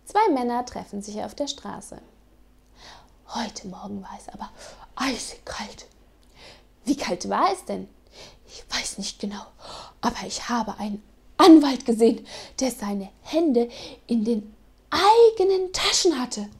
Zwei Männer treffen sich auf der Straße. Heute Morgen war es aber eisig kalt. Wie kalt war es denn? Ich weiß nicht genau, aber ich habe einen Anwalt gesehen, der seine Hände in den eigenen Taschen hatte.